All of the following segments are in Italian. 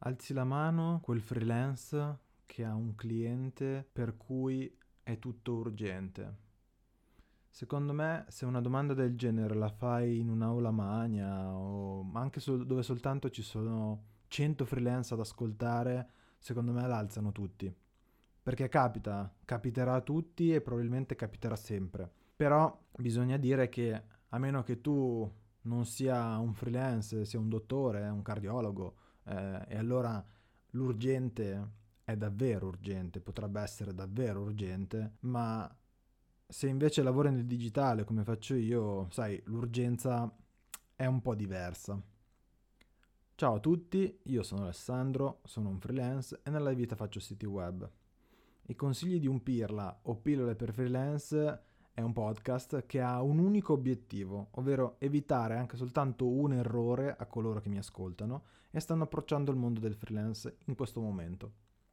Alzi la mano quel freelance che ha un cliente per cui è tutto urgente. Secondo me, se una domanda del genere la fai in un'aula magna o anche dove soltanto ci sono 100 freelance ad ascoltare, secondo me l'alzano tutti. Perché capiterà a tutti e probabilmente capiterà sempre. Però bisogna dire che a meno che tu non sia un freelance, sia un dottore, un cardiologo, e allora l'urgente è davvero urgente, potrebbe essere davvero urgente, ma se invece lavori nel digitale come faccio io, sai, l'urgenza è un po' diversa. Ciao a tutti, io sono Alessandro, sono un freelance e nella vita faccio siti web. I consigli di un pirla o pillole per freelance è un podcast che ha un unico obiettivo, ovvero evitare anche soltanto un errore a coloro che mi ascoltano e stanno approcciando il mondo del freelance in questo momento.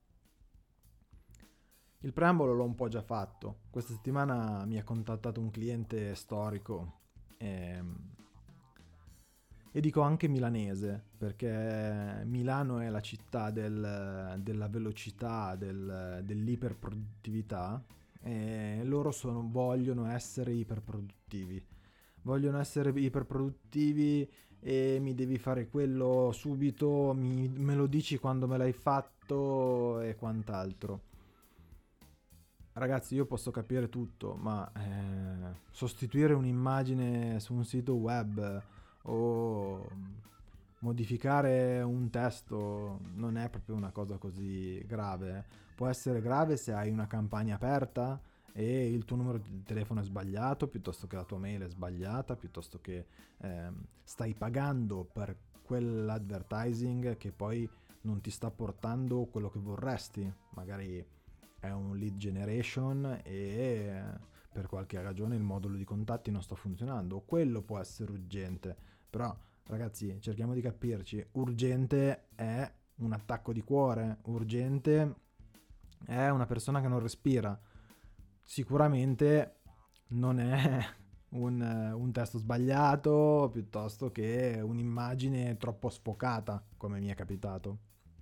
Il preambolo l'ho un po' già fatto. Questa settimana mi ha contattato un cliente storico e dico anche milanese, perché Milano è la città della velocità, dell'iperproduttività e loro vogliono essere iperproduttivi. Vogliono essere iperproduttivi e mi devi fare quello subito, me lo dici quando me l'hai fatto e quant'altro. Ragazzi, io posso capire tutto, ma sostituire un'immagine su un sito web o modificare un testo non è proprio una cosa così grave. Può essere grave se hai una campagna aperta e il tuo numero di telefono è sbagliato, piuttosto che la tua mail è sbagliata, piuttosto che stai pagando per quell'advertising che poi non ti sta portando quello che vorresti. Magari è un lead generation e per qualche ragione il modulo di contatti non sta funzionando. Quello può essere urgente, però ragazzi cerchiamo di capirci. Urgente è un attacco di cuore, urgente è una persona che non respira, sicuramente non è un testo sbagliato piuttosto che un'immagine troppo sfocata, come mi è capitato.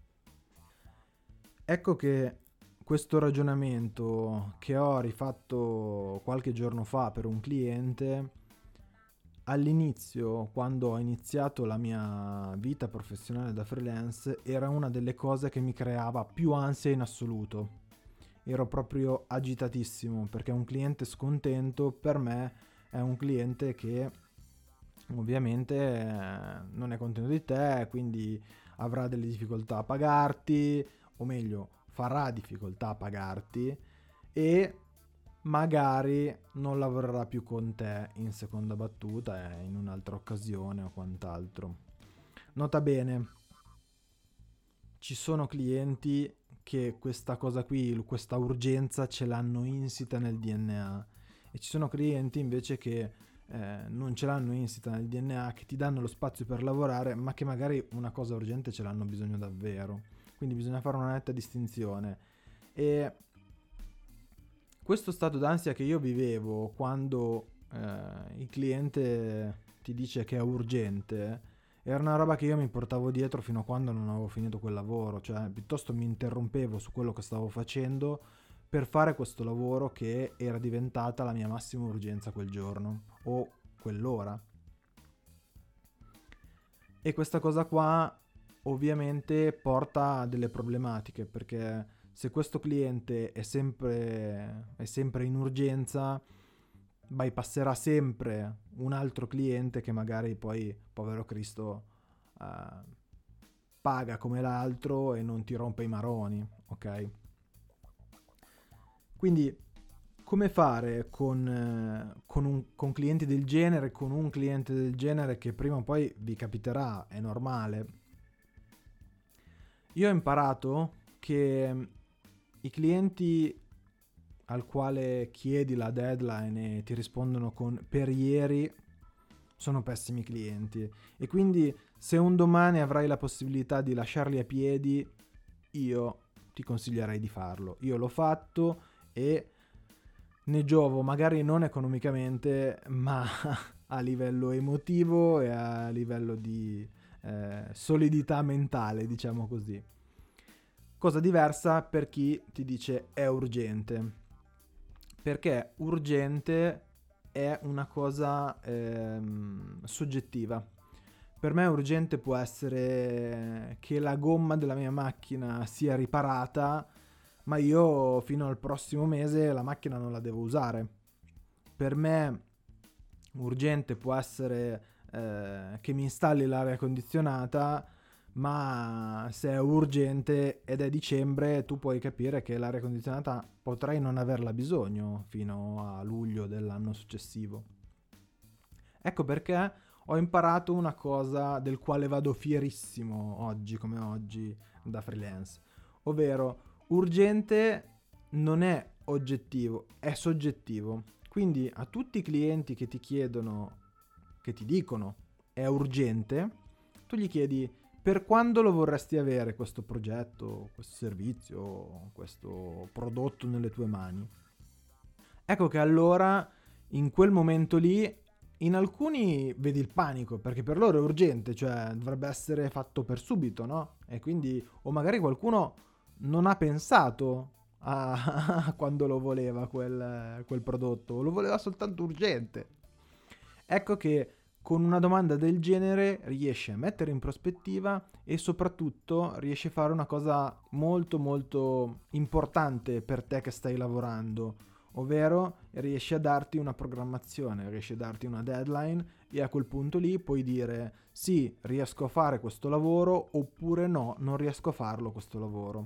Ecco che questo ragionamento che ho rifatto qualche giorno fa per un cliente, all'inizio, quando ho iniziato la mia vita professionale da freelance, era una delle cose che mi creava più ansia in assoluto. Ero proprio agitatissimo perché un cliente scontento per me è un cliente che ovviamente non è contento di te, quindi avrà delle difficoltà a pagarti, o meglio, farà difficoltà a pagarti e magari non lavorerà più con te in seconda battuta in un'altra occasione o quant'altro. Nota bene, ci sono clienti che questa cosa qui, questa urgenza ce l'hanno insita nel DNA e ci sono clienti invece che non ce l'hanno insita nel DNA, che ti danno lo spazio per lavorare ma che magari una cosa urgente ce l'hanno bisogno davvero. Quindi bisogna fare una netta distinzione. E questo stato d'ansia che io vivevo quando il cliente ti dice che è urgente era una roba che io mi portavo dietro fino a quando non avevo finito quel lavoro, cioè piuttosto mi interrompevo su quello che stavo facendo per fare questo lavoro che era diventata la mia massima urgenza quel giorno o quell'ora. E questa cosa qua ovviamente porta a delle problematiche, perché se questo cliente è sempre in urgenza, bypasserà sempre un altro cliente che magari poi, povero Cristo, paga come l'altro e non ti rompe i maroni, ok? Quindi come fare con clienti del genere, con un cliente del genere che prima o poi vi capiterà, è normale. Io ho imparato che i clienti al quale chiedi la deadline e ti rispondono con per ieri sono pessimi clienti, e quindi se un domani avrai la possibilità di lasciarli a piedi, io ti consiglierei di farlo. Io l'ho fatto e ne giovo magari non economicamente, ma a livello emotivo e a livello di solidità mentale, diciamo così. Cosa diversa per chi ti dice è urgente, perché urgente è una cosa soggettiva. Per me urgente può essere che la gomma della mia macchina sia riparata, ma io fino al prossimo mese la macchina non la devo usare. Per me urgente può essere che mi installi l'aria condizionata, ma se è urgente ed è dicembre, tu puoi capire che l'aria condizionata potrai non averla bisogno fino a luglio dell'anno successivo. Ecco perché ho imparato una cosa del quale vado fierissimo oggi come oggi da freelance, ovvero urgente non è oggettivo, è soggettivo. Quindi a tutti i clienti che ti chiedono, che ti dicono è urgente, tu gli chiedi per quando lo vorresti avere questo progetto, questo servizio, questo prodotto nelle tue mani. Ecco che allora in quel momento lì in alcuni vedi il panico, perché per loro è urgente, cioè dovrebbe essere fatto per subito, no? E quindi, o magari qualcuno non ha pensato a quando lo voleva quel prodotto, lo voleva soltanto urgente. Ecco che con una domanda del genere riesce a mettere in prospettiva e soprattutto riesce a fare una cosa molto molto importante per te che stai lavorando, ovvero riesce a darti una programmazione, riesce a darti una deadline e a quel punto lì puoi dire sì, riesco a fare questo lavoro oppure no, non riesco a farlo questo lavoro.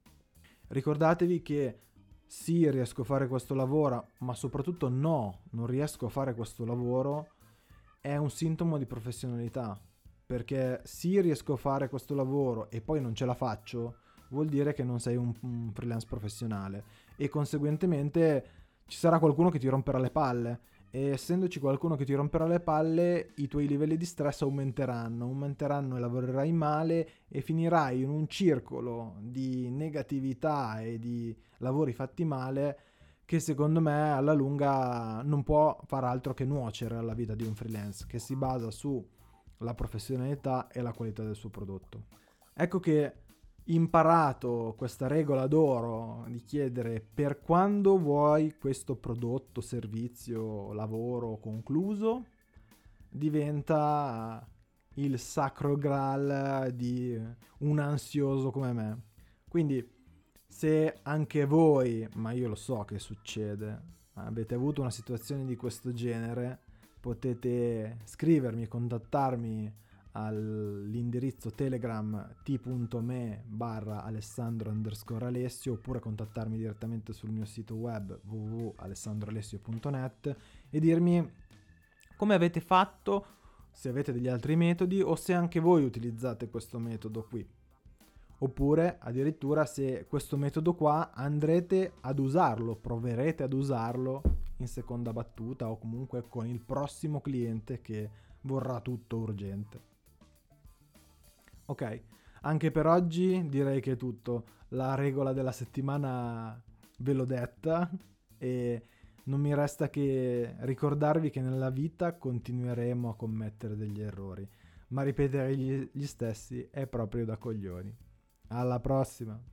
Ricordatevi che sì, riesco a fare questo lavoro, ma soprattutto no, non riesco a fare questo lavoro è un sintomo di professionalità, perché sì, riesco a fare questo lavoro e poi non ce la faccio, vuol dire che non sei un freelance professionale e conseguentemente ci sarà qualcuno che ti romperà le palle e essendoci qualcuno che ti romperà le palle i tuoi livelli di stress aumenteranno e lavorerai male e finirai in un circolo di negatività e di lavori fatti male che secondo me alla lunga non può far altro che nuocere alla vita di un freelance che si basa sulla professionalità e la qualità del suo prodotto. Ecco che imparato questa regola d'oro di chiedere per quando vuoi questo prodotto, servizio, lavoro concluso, diventa il sacro graal di un ansioso come me. Quindi se anche voi, ma io lo so che succede, avete avuto una situazione di questo genere, potete scrivermi, contattarmi all'indirizzo Telegram t.me/Alessandro_Alessio oppure contattarmi direttamente sul mio sito web www.alessandroalessio.net e dirmi come avete fatto, se avete degli altri metodi o se anche voi utilizzate questo metodo qui. Oppure addirittura se questo metodo qua andrete ad usarlo, proverete ad usarlo in seconda battuta o comunque con il prossimo cliente che vorrà tutto urgente. Ok, anche per oggi direi che è tutto. La regola della settimana ve l'ho detta e non mi resta che ricordarvi che nella vita continueremo a commettere degli errori, ma ripetere gli stessi è proprio da coglioni. Alla prossima!